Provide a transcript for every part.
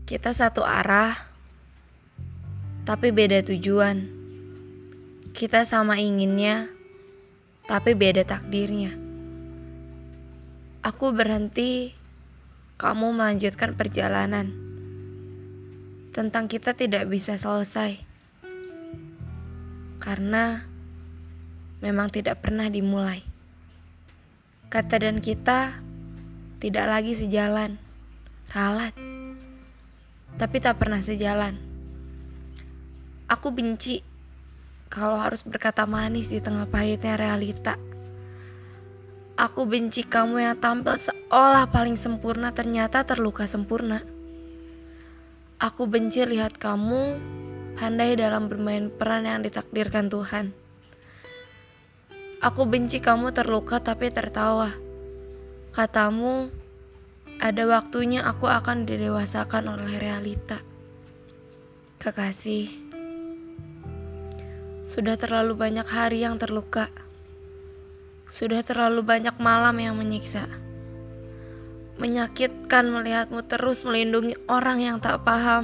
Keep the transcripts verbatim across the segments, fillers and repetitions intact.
Kita satu arah, tapi beda tujuan. Kita sama inginnya, tapi beda takdirnya. Aku berhenti, kamu melanjutkan perjalanan. Tentang kita tidak bisa selesai, karena memang tidak pernah dimulai. Kata dan kita tidak lagi sejalan, ralat, tapi tak pernah sejalan. Aku benci kalau harus berkata manis di tengah pahitnya realita. Aku benci kamu yang tampil seolah paling sempurna ternyata terluka sempurna. Aku benci lihat kamu pandai dalam bermain peran yang ditakdirkan Tuhan. Aku benci kamu terluka tapi tertawa. Katamu, ada waktunya aku akan didewasakan oleh realita. Kekasih, sudah terlalu banyak hari yang terluka. Sudah terlalu banyak malam yang menyiksa. Menyakitkan melihatmu terus melindungi orang yang tak paham.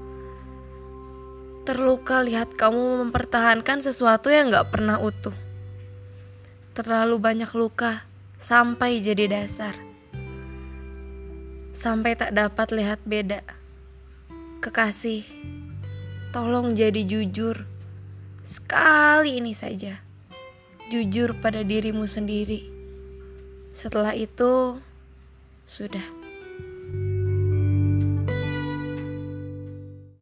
Terluka lihat kamu mempertahankan sesuatu yang gak pernah utuh. Terlalu banyak luka sampai jadi dasar. Sampai tak dapat lihat beda. Kekasih, tolong jadi jujur. Sekali ini saja. Jujur pada dirimu sendiri. Setelah itu, sudah.